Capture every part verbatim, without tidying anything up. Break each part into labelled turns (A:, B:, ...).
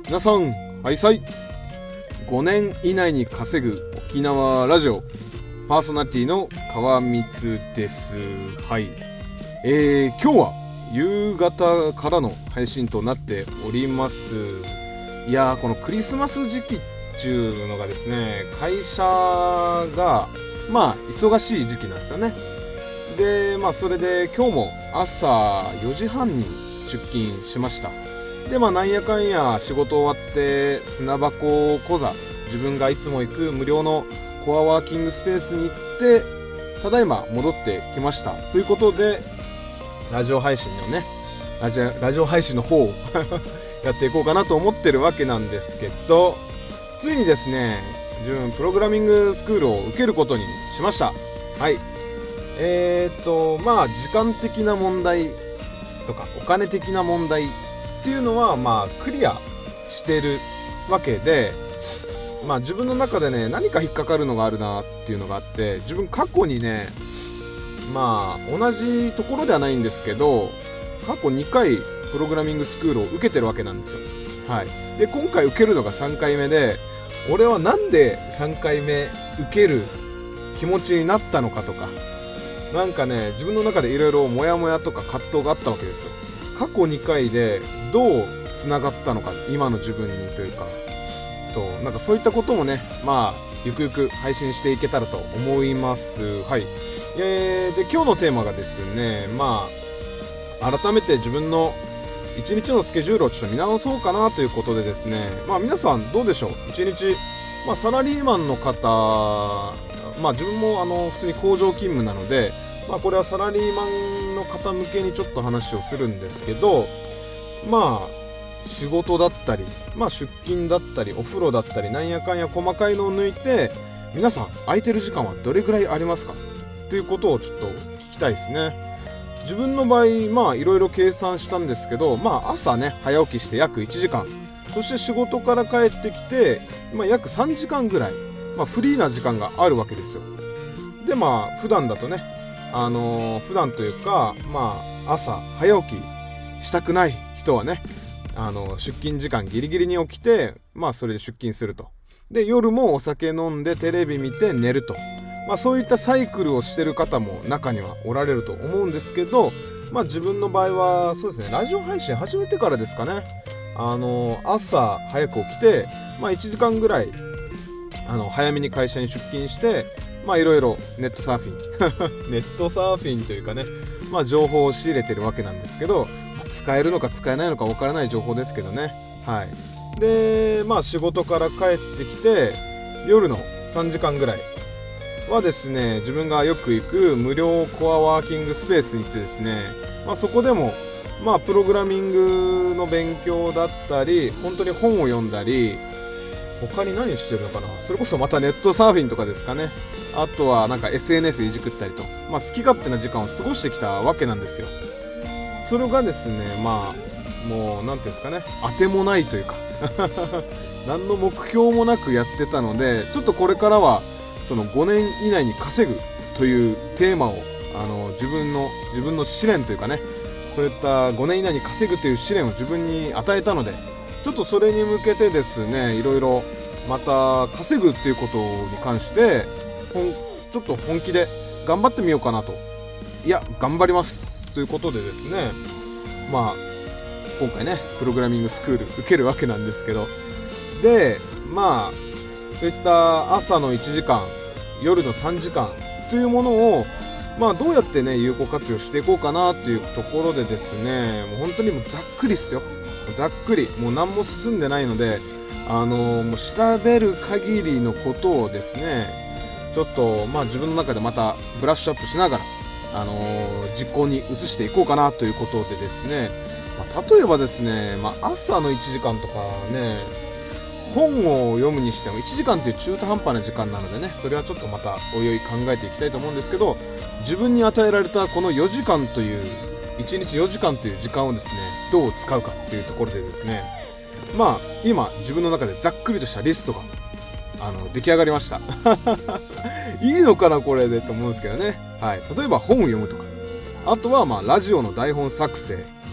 A: 皆さん、ハイサイ。ごねん以内に稼ぐ沖縄ラジオパーソナリティの川光です。はい、えー、今日は夕方からの配信となっております。いやー、このクリスマス時期っていうのがですね、会社がまあ忙しい時期なんですよね。で、まあそれで今日も朝よじはんに出勤しました。で、まあなんやかんや仕事終わって砂箱講座、自分がいつも行く無料のコアワーキングスペースに行ってただいま戻ってきましたということで、ラジオ配信のねラジオ、ラジオ配信の方をやっていこうかなと思ってるわけなんですけど、ついにですね、自分プログラミングスクールを受けることにしました。はい、えーっとまあ時間的な問題とかお金的な問題っていうのはまあクリアしてるわけで、まあ自分の中でね何か引っかかるのがあるなっていうのがあって、自分過去にねまあ同じところではないんですけど過去にかいプログラミングスクールを受けてるわけなんですよ。はい。で今回受けるのがさんかいめで、俺はなんでさんかいめ受ける気持ちになったのかとか、なんかね自分の中でいろいろモヤモヤとか葛藤があったわけですよ。過去にかいでどうつながったのか今の自分にというか、そうなんかそういったこともねまあゆくゆく配信していけたらと思います。はい。えー、で今日のテーマがですね、まあ改めて自分の一日のスケジュールをちょっと見直そうかなということでですね、まあ皆さんどうでしょう。一日、まあ、サラリーマンの方、まあ自分もあの普通に工場勤務なので、まあこれはサラリーマンの方向けにちょっと話をするんですけど、まあ仕事だったり、まあ出勤だったりお風呂だったりなんやかんや細かいのを抜いて、皆さん空いてる時間はどれぐらいありますかということをちょっと聞きたいですね。自分の場合まあいろいろ計算したんですけど、まあ朝ね早起きして約いちじかん、そして仕事から帰ってきて、まあ、約さんじかんぐらい、まあ、フリーな時間があるわけですよ。でまあ普段だとねあのー、普段というかまあ朝早起きしたくない人はね、あのー、出勤時間ギリギリに起きて、まあそれで出勤すると。で夜もお酒飲んでテレビ見て寝ると。まあそういったサイクルをしてる方も中にはおられると思うんですけど、まあ自分の場合はそうですね、ラジオ配信始めてからですかね。あのー、朝早く起きて、まあいちじかんぐらいあの早めに会社に出勤して、まあいろいろネットサーフィンネットサーフィンというかね、まあ情報を仕入れてるわけなんですけど、まあ、使えるのか使えないのかわからない情報ですけどね。はい。でまあ仕事から帰ってきて夜のさんじかんぐらいはですね、自分がよく行く無料コアワーキングスペースに行ってですね、まあそこでもまあプログラミングの勉強だったり本当に本を読んだり、他に何してるのかな、それこそまたネットサーフィンとかですかね。あとはなんか エスエヌエス いじくったりと、まあ好き勝手な時間を過ごしてきたわけなんですよ。それがですね、まあもうなんていうんですかね、当てもないというか何の目標もなくやってたので、ちょっとこれからはそのごねん以内に稼ぐというテーマをあの自分の自分の試練というかね、そういったごねん以内に稼ぐという試練を自分に与えたので、ちょっとそれに向けてですね、いろいろまた稼ぐっていうことに関してほんちょっと本気で頑張ってみようかなと。いや頑張りますということでですね、まあ今回ねプログラミングスクール受けるわけなんですけど、でまあそういった朝のいちじかん夜のさんじかんというものをまあどうやってね有効活用していこうかなというところでですね、もう本当にもうざっくりっすよ。ざっくりもう何も進んでないので、あのー、もう調べる限りのことをですねちょっとまあ自分の中でまたブラッシュアップしながら、あのー、実行に移していこうかなということでですね、まあ、例えばですね、まあ、朝のいちじかんとかね本を読むにしてもいちじかんという中途半端な時間なのでね、それはちょっとまたおいおい考えていきたいと思うんですけど、自分に与えられたこのよじかんといういちにちよじかんという時間をですねどう使うかというところでですね、まあ今自分の中でざっくりとしたリストがあの出来上がりましたいいのかなこれでと思うんですけどね。はい。例えば本を読むとか、あとはまあラジオの台本作成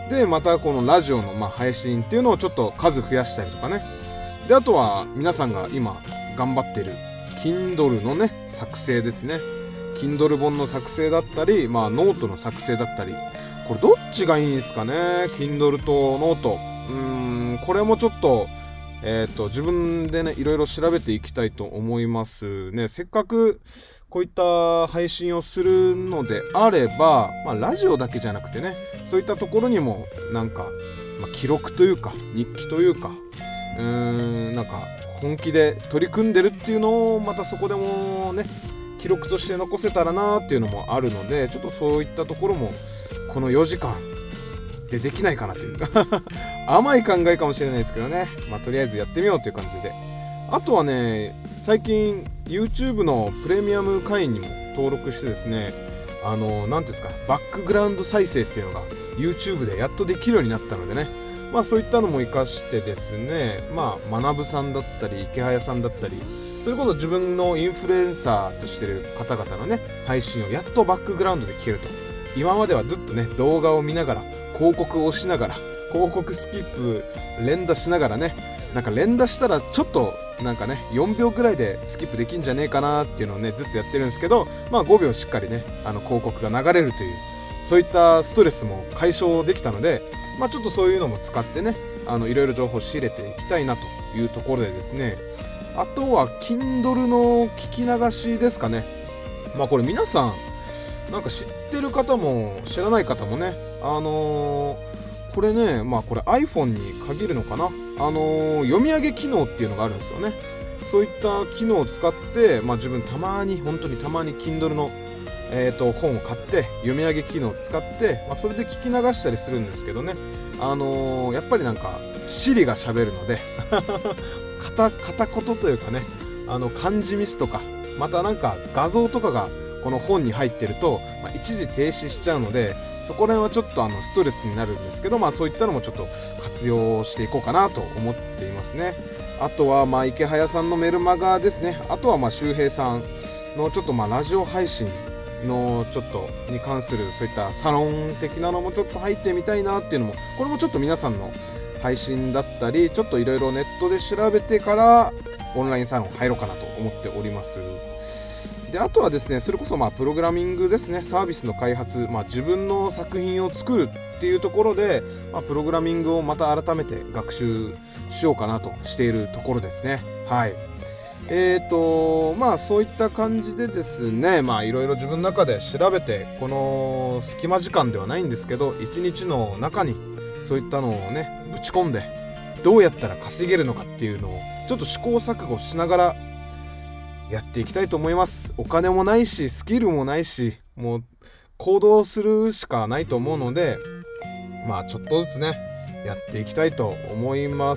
A: でまたこのラジオのまあ配信っていうのをちょっと数増やしたりとかね。であとは皆さんが今頑張ってる Kindle のね作成ですね。 Kindle 本の作成だったり、まあノートの作成だったり、これどっちがいいんですかね。 Kindle とノート、うーんこれもちょっとえーと自分でねいろいろ調べていきたいと思いますね。せっかくこういった配信をするのであれば、まあ、ラジオだけじゃなくてね、そういったところにもなんか、まあ、記録というか日記というか、うーんなんか本気で取り組んでるっていうのをまたそこでもね記録として残せたらなっていうのもあるので、ちょっとそういったところもこのよじかんでできないかなという甘い考えかもしれないですけどね、まあとりあえずやってみようという感じで。あとはね、最近 YouTube のプレミアム会員にも登録してですね、あのなんていうんですか、バックグラウンド再生っていうのが YouTube でやっとできるようになったのでね、まあそういったのも活かしてですね、まあ学さんだったり池早さんだったり、それこそ自分のインフルエンサーとしてる方々のね配信をやっとバックグラウンドで聞けると。今まではずっとね動画を見ながら広告を押しながら広告スキップ連打しながらね、なんか連打したらちょっとなんかねよんびょうぐらいでスキップできんじゃねえかなっていうのをねずっとやってるんですけど、まあごびょうしっかりねあの広告が流れるという、そういったストレスも解消できたので、まあちょっとそういうのも使ってねあのいろいろ情報を仕入れていきたいなというところでですね、あとは Kindle の聞き流しですかね。まあこれ皆さんなんか知ってる方も知らない方もね、あのー、これね、まあこれ iPhone に限るのかな、あのー、読み上げ機能っていうのがあるんですよね。そういった機能を使って、まあ自分たまに本当にたまに Kindle の、えー、と本を買って読み上げ機能を使って、まあ、それで聞き流したりするんですけどね、あのー、やっぱりなんか Siri が喋るので片片言というかね、あの漢字ミスとかまたなんか画像とかがこの本に入ってると、まあ、一時停止しちゃうので、そこら辺はちょっとあのストレスになるんですけど、まあそういったのもちょっと活用していこうかなと思っていますね。あとはまあ池早さんのメルマガですね。あとはまあ周平さんのちょっとまあラジオ配信のちょっとに関するそういったサロン的なのもちょっと入ってみたいなっていうのも、これもちょっと皆さんの配信だったりちょっといろいろネットで調べてからオンラインサロン入ろうかなと思っております。であとはですね、それこそまあプログラミングですね、サービスの開発、まあ、自分の作品を作るっていうところで、まあ、プログラミングをまた改めて学習しようかなとしているところですね。はい。えーとまあそういった感じでですね、まあいろいろ自分の中で調べて、この隙間時間ではないんですけど一日の中にそういったのをねぶち込んでどうやったら稼げるのかっていうのをちょっと試行錯誤しながらやっていきたいと思います。お金もないしスキルもないし、もう行動するしかないと思うので、まあちょっとずつねやっていきたいと思います。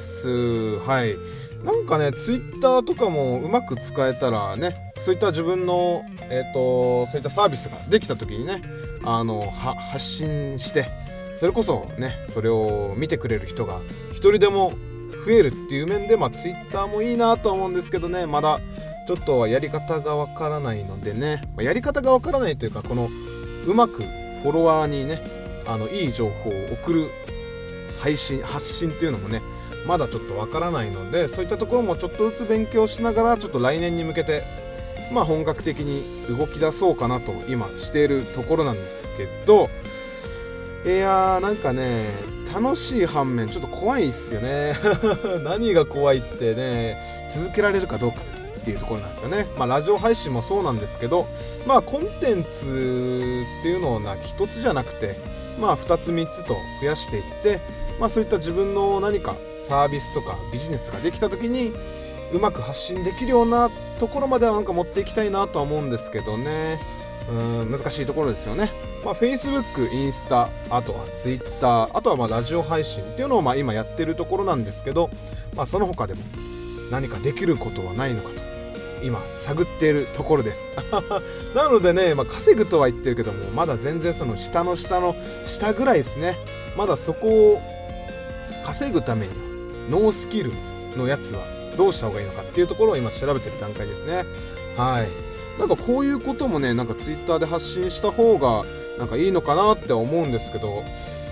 A: はい。なんかねツイッターとかもうまく使えたらね、そういった自分のえっとそういったサービスができた時にね、あのは発信して、それこそねそれを見てくれる人が一人でも増えるっていう面で、まあツイッターもいいなとは思うんですけどね、まだちょっとやり方がわからないのでね、まあ、やり方がわからないというか、このうまくフォロワーにねあのいい情報を送る配信発信っていうのもねまだちょっとわからないので、そういったところもちょっとずつ勉強しながら、ちょっと来年に向けてまあ本格的に動き出そうかなと今しているところなんですけど、いやーなんかね楽しい反面ちょっと怖いっすよね何が怖いってね、続けられるかどうかっていうところなんですよね。まあラジオ配信もそうなんですけど、まあコンテンツっていうのをな一つじゃなくて、まあ二つ三つと増やしていって、まあそういった自分の何かサービスとかビジネスができた時にうまく発信できるようなところまではなんか持っていきたいなとは思うんですけどね、うーん難しいところですよね。まあ Facebook、インスタ、あとは Twitter、あとはまあラジオ配信っていうのをまあ今やってるところなんですけど、まあその他でも何かできることはないのかと今探っているところですなのでね、まあ、稼ぐとは言ってるけども、まだ全然その下の下の下ぐらいですね。まだそこを稼ぐためにノースキルのやつはどうした方がいいのかっていうところを今調べてる段階ですね。はい。なんかこういうこともね、なんかツイッターで発信した方がなんかいいのかなって思うんですけど、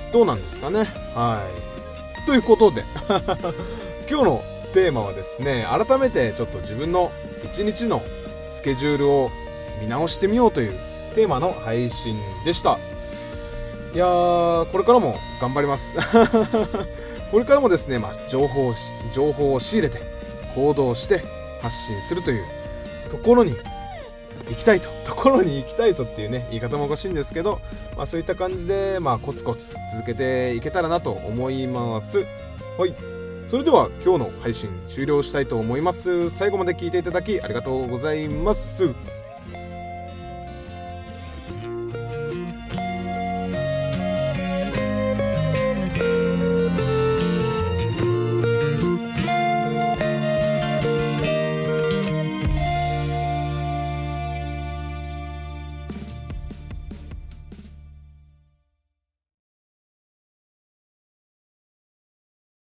A: どうなんですかね。はい。ということで今日のテーマはですね、改めてちょっと自分の一日のスケジュールを見直してみようというテーマの配信でした。いやー、これからも頑張りますこれからもですね、まあ、情報をし情報を仕入れて行動して発信するというところに行きたいとところに行きたいとっていうね、言い方もおかしいんですけど、まあ、そういった感じで、まあ、コツコツ続けていけたらなと思います。はい、それでは今日の配信終了したいと思います。最後まで聞いていただきありがとうございます。